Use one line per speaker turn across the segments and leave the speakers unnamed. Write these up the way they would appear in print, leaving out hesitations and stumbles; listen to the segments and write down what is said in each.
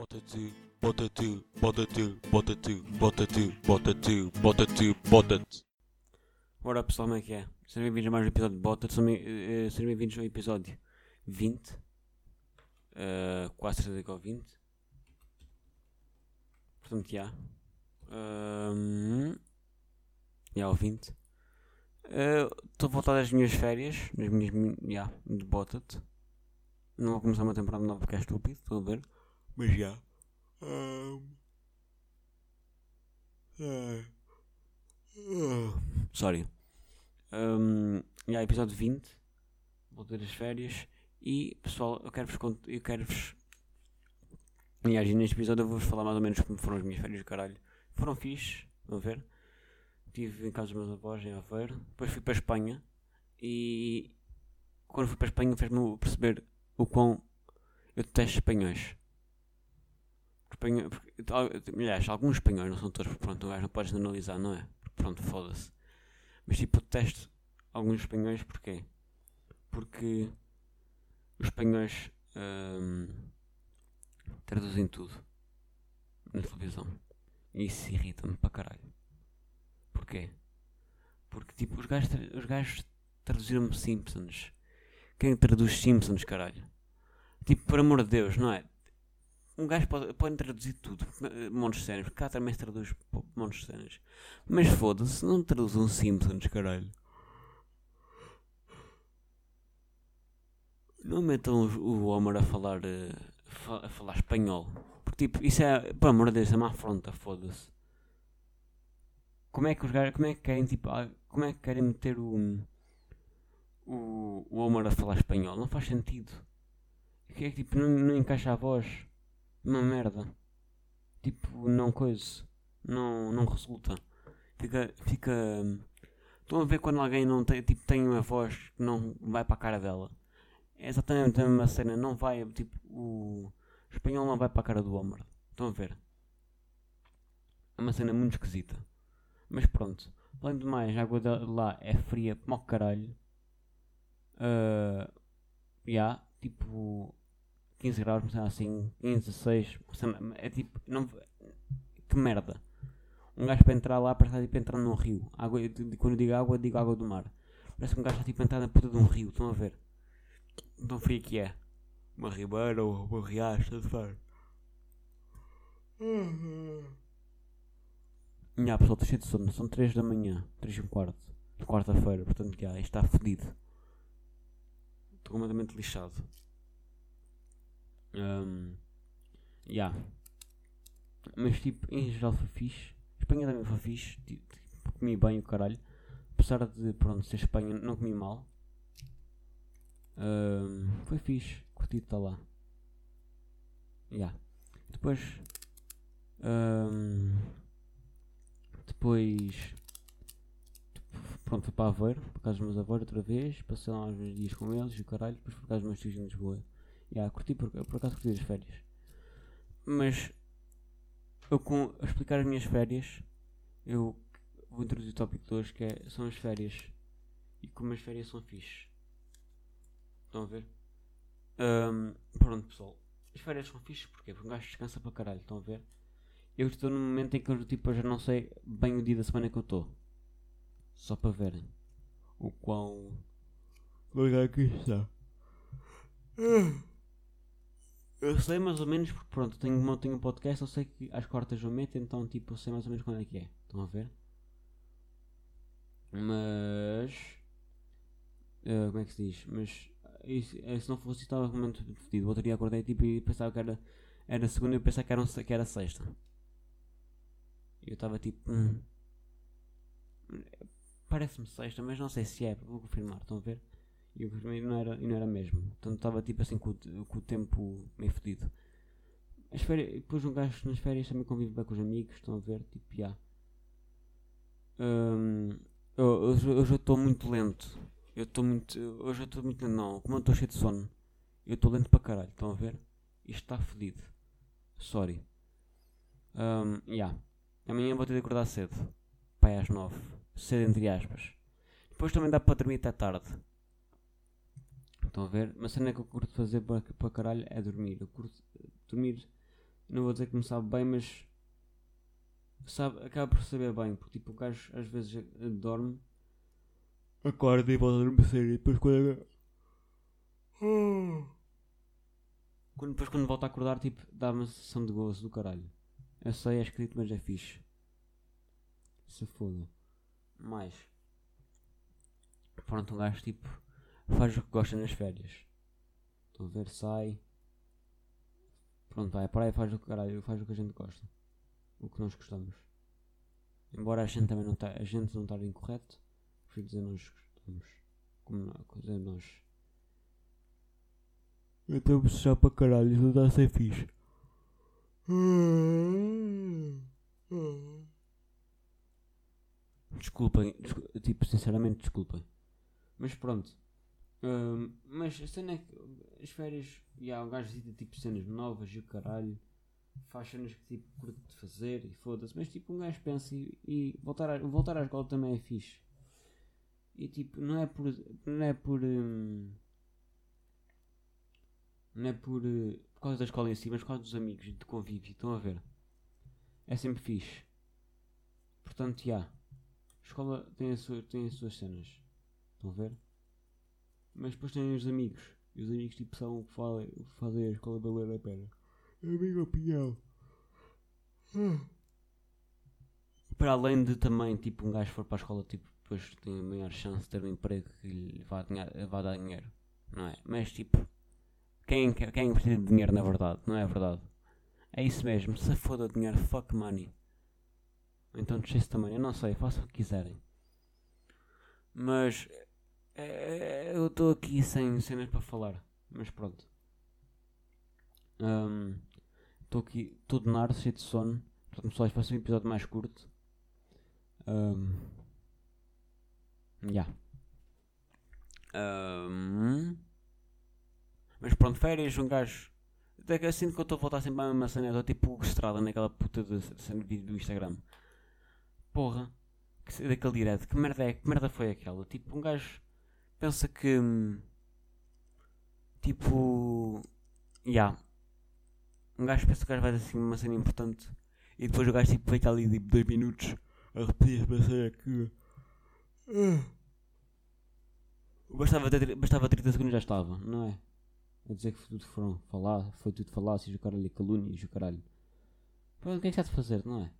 Bota tu, bota tu, bota tu, bota tu, bota tu, bota tu, bota tu, bota tu.
Ora pessoal, como é que é? Sejam bem-vindos a mais um episódio de Bota. Sejam bem-vindos ao episódio 20. Quase certeza que é o 20. Portanto, já. Já o 20. Estou a voltar das minhas férias. Das minhas. Já. De Bota-te. Não vou começar uma temporada nova porque é estúpido. Estão a ver? Mas já. Sorry. Já, episódio 20. Voltei das férias. E pessoal, eu quero-vos. Aliás, neste episódio eu vou-vos falar mais ou menos como foram as minhas férias do caralho. Foram fixe, vão ver. Estive em casa dos meus avós em Aveiro. Depois fui para a Espanha. E quando fui para a Espanha fez-me perceber o quão eu detesto espanhóis. Aliás, alguns espanhóis, não são todos, porque pronto, um gajo não podes analisar, não é? Porque pronto, foda-se. Mas tipo, eu detesto alguns espanhóis, porquê? Porque os espanhóis traduzem tudo na televisão. E isso irrita-me para caralho. Porquê? Porque tipo, os gajos traduziram-me Simpsons. Quem traduz Simpsons, caralho? Tipo, por amor de Deus, não é? Um gajo pode traduzir tudo, montes de cenas, porque cá também se traduz montes de cenas. Mas foda-se, não traduzam Simpsons, caralho. Não metam o Homer a falar espanhol. Porque tipo, isso é, por amor de Deus, é uma afronta, foda-se. Como é que os gajos, como é que querem, tipo, como é que querem meter o Homer a falar espanhol? Não faz sentido. É que tipo, não encaixa a voz. Uma merda. Tipo, não coisa. Não resulta. Fica. Estão a ver quando alguém não tem, tipo, tem uma voz que não vai para a cara dela. É exatamente a mesma cena. Não vai, tipo, o espanhol não vai para a cara do Homer. Estão a ver? É uma cena muito esquisita. Mas pronto. Além de mais, a água de lá é fria como o caralho. Tipo 15 graus, mas assim, 15, 16. É tipo, não, que merda. Um gajo para entrar lá parece tipo entrar num rio. Quando eu digo água do mar. Parece que um gajo está tipo a entrar na puta de um rio. Estão a ver? Então frio que é. Uma ribeira ou um riacho, tanto faz. Pessoal, estou cheio de sono. São 3 da manhã, 3 e um quarto. De quarta-feira, portanto, isto está fodido. Estou completamente lixado. Mas tipo, em geral foi fixe. Espanha também foi fixe. Tipo, comi bem o caralho. Apesar de, pronto, ser Espanha, não comi mal. Foi fixe. Curti de estar lá. Depois. Pronto, fui para Aveiro, por casa dos meus avós outra vez. Passei lá uns dias com eles e o caralho. Depois por casa dos meus tios em Lisboa. Curti por acaso curti as férias. Mas eu a explicar as minhas férias, eu vou introduzir o tópico de hoje que são as férias. E como as férias são fixe. Estão a ver? Pronto pessoal. As férias são fixe porquê? Porque um gajo descansa para caralho, estão a ver? Eu estou num momento em que eu já não sei bem o dia da semana que eu estou. Só para verem o quão legal que está. Eu sei mais ou menos porque pronto, tenho um podcast, eu sei que às quartas eu meto, então tipo eu sei mais ou menos quando é que é. Estão a ver? Mas como é que se diz? Mas se não fosse estava muito fedido. O outro dia acordei tipo, e pensava que era segunda e eu pensava que era sexta. E eu estava tipo. Parece-me sexta, mas não sei se é, vou confirmar, estão a ver? E eu confirmei e não era mesmo. Então estava tipo assim com o tempo meio fedido. As férias, depois um gajo nas férias também convive bem com os amigos, estão a ver? Tipo, hoje eu estou muito lento. Hoje eu estou muito lento, não. Como eu estou cheio de sono, eu estou lento para caralho, estão a ver? Isto está fedido. Sorry. Amanhã vou ter de acordar cedo. Pai às 9. Cedo entre aspas. Depois também dá para dormir até tarde. Estão a ver? Uma cena que eu curto fazer para caralho é dormir. Eu curto dormir Não vou dizer que me sabe bem, mas acaba por saber bem. Porque tipo, o gajo às vezes dorme, acorda e volta a adormecer. E depois quando volta a acordar, tipo, dá uma sensação de gozo do caralho. Eu sei, é escrito, mas é fixe. Se foda. Mais. Pronto, um gajo tipo faz o que gosta nas férias. Estão a ver, sai. Pronto, vai à praia e faz o que caralho, faz o que a gente gosta. O que nós gostamos. Embora a gente também não tá, a gente não estar incorreto, prefiro dizer nós gostamos. Como dizer nós. Eu estou a bocejar para caralho, isso não está a ser fixe. Desculpem, tipo, sinceramente desculpem. Mas pronto. Mas a cena é que as férias, um gajo visita tipo cenas novas e o caralho. Faz cenas que tipo curto de fazer e foda-se. Mas tipo um gajo pensa e voltar à escola também é fixe. E tipo, não é por causa da escola em si, mas por causa dos amigos e de convívio. Estão a ver? É sempre fixe. Portanto, a escola tem as suas cenas. Estão a ver? Mas depois tem os amigos. E os amigos tipo são o que fazem a escola valer a pena. É a minha opinião. Para além de também, tipo, um gajo for para a escola, tipo, depois tem a maior chance de ter um emprego que lhe vá dar dinheiro. Não é? Mas tipo, quem precisa de dinheiro na verdade? Não é verdade? É isso mesmo. Se foda dinheiro, fuck money. Então deixe-se também. Eu não sei, façam o que quiserem. Mas eu estou aqui sem cenas para falar. Mas pronto. Estou aqui todo nardo, cheio de sono. Portanto, pessoal, vai ser um episódio mais curto. Mas pronto, férias, um gajo. Até que eu sinto que eu estou a voltar sempre à mesma cena. Estou tipo estrada naquela puta de vídeo do Instagram. Porra, daquele direto. Que merda foi aquela? Tipo, um gajo pensa que. Tipo. Um gajo pensa que o gajo vai dar assim uma cena importante. E depois o gajo tipo fica ali tipo 2 minutos a repetir a cena que. Bastava 30 segundos já estava, não é? A dizer que foi tudo falácias, o caralho, calúnias, o caralho. Pronto, o que é que está a fazer, não é?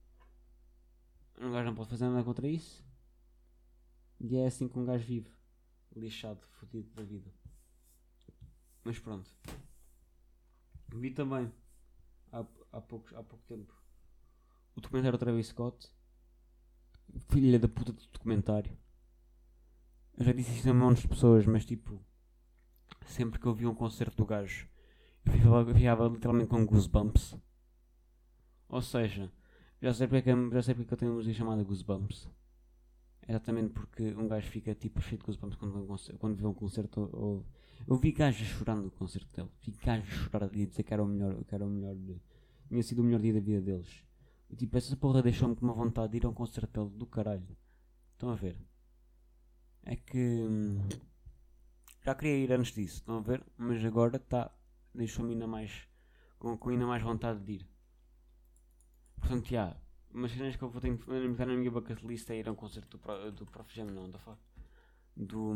Um gajo não pode fazer nada contra isso. E é assim que um gajo vive. Lixado, fodido da vida. Mas pronto. Vi também há pouco tempo o documentário do Travis Scott. Filha da puta do documentário. Eu já disse isto a montes de pessoas, mas tipo, sempre que eu vi um concerto do gajo, eu ficava literalmente com goosebumps. Ou seja, já sei porque eu tenho uma música chamada Goosebumps. Exatamente porque um gajo fica tipo cheio de goosebumps quando vê um concerto. Eu vi gajos chorando no concerto dele. Vi gajos chorar e dizer que era o melhor. Tinha sido o melhor dia da vida deles. E tipo, essa porra deixou-me com uma vontade de ir a um concerto dele do caralho. Estão a ver? É que. Já queria ir antes disso, estão a ver? Mas agora deixou-me ainda mais. Com ainda mais vontade de ir. Portanto, umas cenas que eu vou ter que meter na minha bucket list é ir a um concerto do Prof Jam, não, da fuck. Do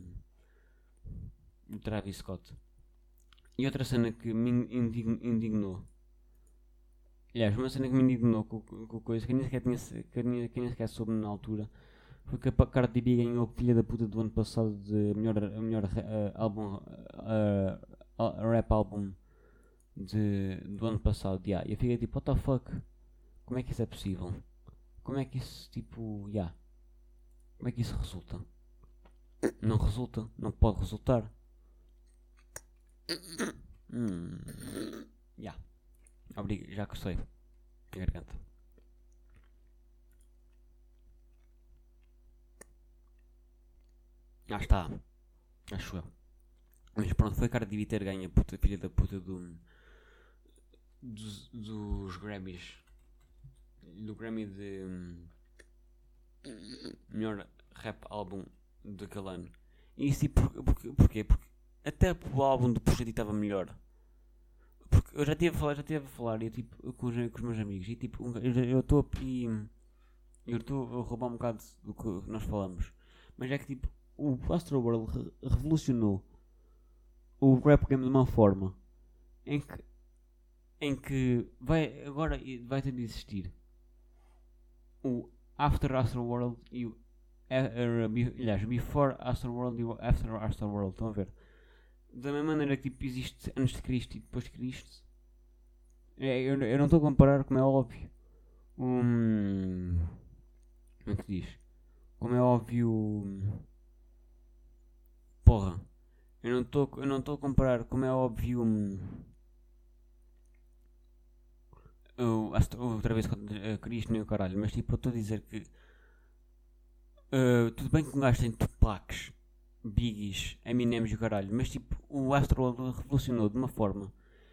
Travis Scott. E outra cena que me indignou. Aliás, uma cena que me indignou com coisa que nem sequer soube na altura foi que a Cardi B ganhou a filha da puta do ano passado de melhor álbum, rap álbum do ano passado. E eu fiquei tipo, what the fuck? Como é que isso é possível? Como é que isso, tipo, como é que isso resulta? Não resulta, não pode resultar. Obrigado, já gostei. A garganta. Está. Acho eu. Mas pronto, foi a Cardi B ter ganho a filha da puta dos Grammys. Do Grammy de melhor rap álbum daquele ano. E isso porquê? Porque até o álbum do Pusha T estava melhor. Porque eu já estive a falar e, tipo, com os meus amigos e tipo, eu estou a roubar um bocado do que nós falamos. Mas é que tipo, o Astroworld revolucionou o rap game de uma forma em que agora vai ter de existir o After Astroworld e o aliás, Before Astroworld e o After Astroworld. Estão a ver? Da mesma maneira que tipo, existe antes de Cristo e depois de Cristo. Eu não estou a comparar, como é óbvio. Como é que diz? Como é óbvio. Porra. Eu não estou a comparar, como é óbvio. Outra vez Cristo nem o caralho. Mas tipo, eu estou a dizer que. Tudo bem que um gajo tem Tupacs, Biggies, Eminems e o caralho. Mas tipo, o Astroworld revolucionou de uma forma.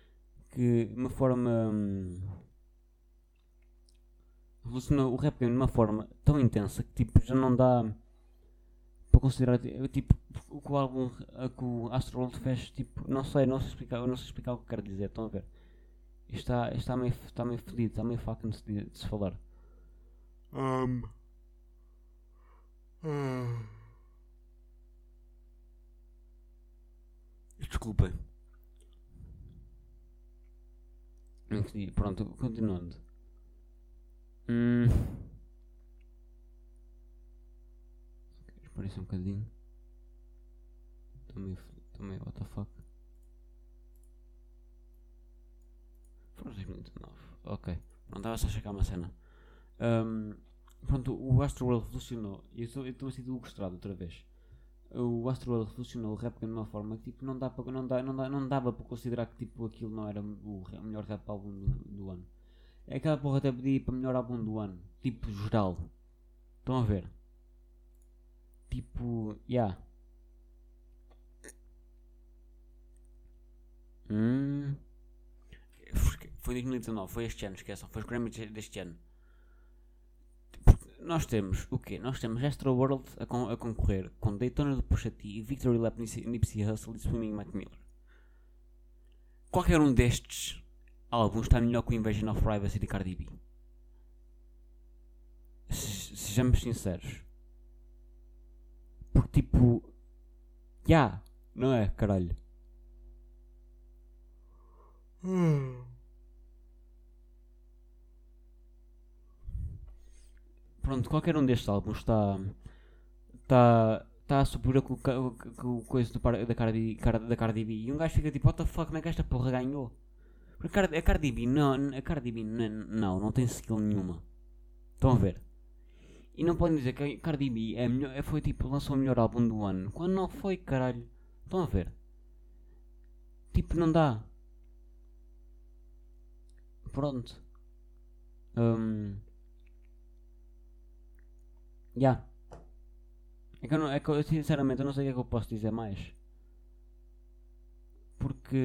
Revolucionou o rap game de uma forma tão intensa que tipo, já não dá para considerar tipo, o que o álbum que o Astroworld fez, tipo, não sei explicar o que eu quero dizer, estão a ver? Isto está meio fedido, está meio fucking de se falar. Desculpem. Pronto, continuando. Espera aí um bocadinho. Estou meio what the fuck. Foram 2 minutos e 9. Ok. Pronto, estava só a checar uma cena. Pronto, o Astroworld revolucionou. E eu estou a sentir o gostado outra vez. O Astroworld revolucionou o rap game de uma forma que tipo, não dava para considerar que tipo, aquilo não era o melhor rap álbum do ano. Aquela porra até podia ir para o melhor álbum do ano. Tipo, geral. Estão a ver? Tipo, yeah. Foi 2019, foi este ano, esqueçam. Foi os Grammys deste ano. Nós temos o quê? Nós temos Astroworld a concorrer com Daytona de Pusha T, Victory Lap Nipsey Hussle e Swimming Mac Miller. Qualquer um destes álbuns está melhor que o Invasion of Privacy de Cardi B. Sejamos sinceros. Porque tipo... não é, caralho. Pronto, qualquer um destes álbuns está a supor o coisa da Cardi B. E um gajo fica tipo, what the fuck, como é que esta porra ganhou? Porque a Cardi B não tem skill nenhuma. Estão a ver? E não podem dizer que a Cardi B foi tipo, lançou o melhor álbum do ano. Quando não foi, caralho. Estão a ver? Tipo, não dá. Pronto. É que eu sinceramente eu não sei o que é que eu posso dizer mais. Porque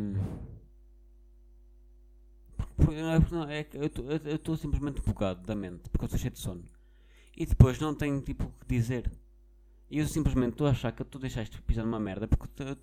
é que eu estou simplesmente bugado da mente, porque eu estou cheio de sono. E depois não tenho tipo o que dizer. E eu simplesmente estou a achar que eu estou a deixar este episódio uma merda, porque eu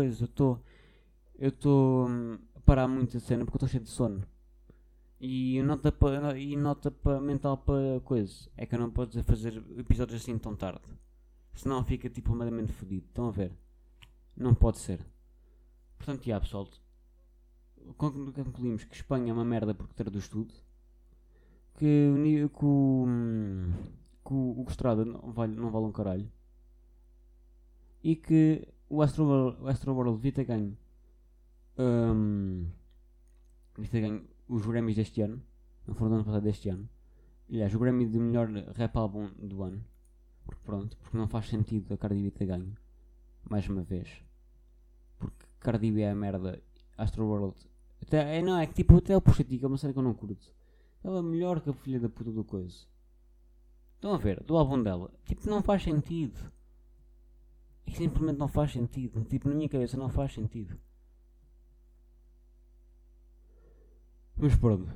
estou a parar muito a cena porque eu estou cheio de sono. E nota mental para coisa é que eu não posso fazer episódios assim tão tarde, senão fica tipo completamente fodido. Estão a ver? Não pode ser. Portanto, pessoal, concluímos que Espanha é uma merda porque traduz tudo, que o Estrada não vale um caralho, e que o Astroworld devia ter ganho os Grammys deste ano, não foram do ano passado, deste ano. Aliás, o Grammy de melhor rap álbum do ano. Porque não faz sentido a Cardi B ter ganho, mais uma vez. Porque Cardi B é a merda, Astroworld. É que tipo, até o Pusha T, que é uma série que eu não curto. Ela é melhor que a filha da puta do coisa. Estão a ver? Do álbum dela. Tipo, não faz sentido. E simplesmente não faz sentido. Tipo, na minha cabeça não faz sentido. Mas pronto.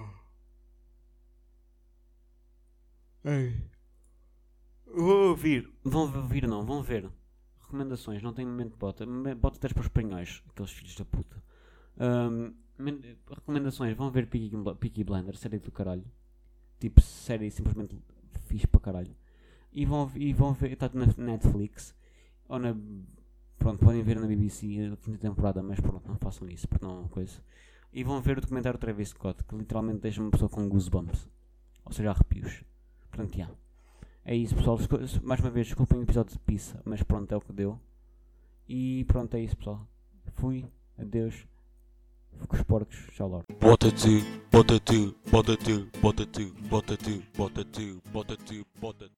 Ei. Vou ouvir. Vão ver. Recomendações, não tem momento de bota. Bota 3 para os espanhóis, aqueles filhos da puta. recomendações, vão ver Peaky Blinders, série do caralho. Tipo, série simplesmente fixe para caralho. E vão ver, está na Netflix, ou na... Pronto, podem ver na BBC a quinta temporada, mas pronto, não façam isso, porque não é uma coisa. E vão ver o documentário Travis Scott, que literalmente deixa uma pessoa com goosebumps. Ou seja, arrepios. Portanto, já. É isso, pessoal. Mais uma vez, desculpem o episódio de pizza, mas pronto, é o que deu. E pronto, é isso, pessoal. Fui, adeus. Fico com os porcos, tchau, Lord.
Bota tu, bota tu, bota tu, bota tu, bota tu, bota tu, bota tu, bota tu.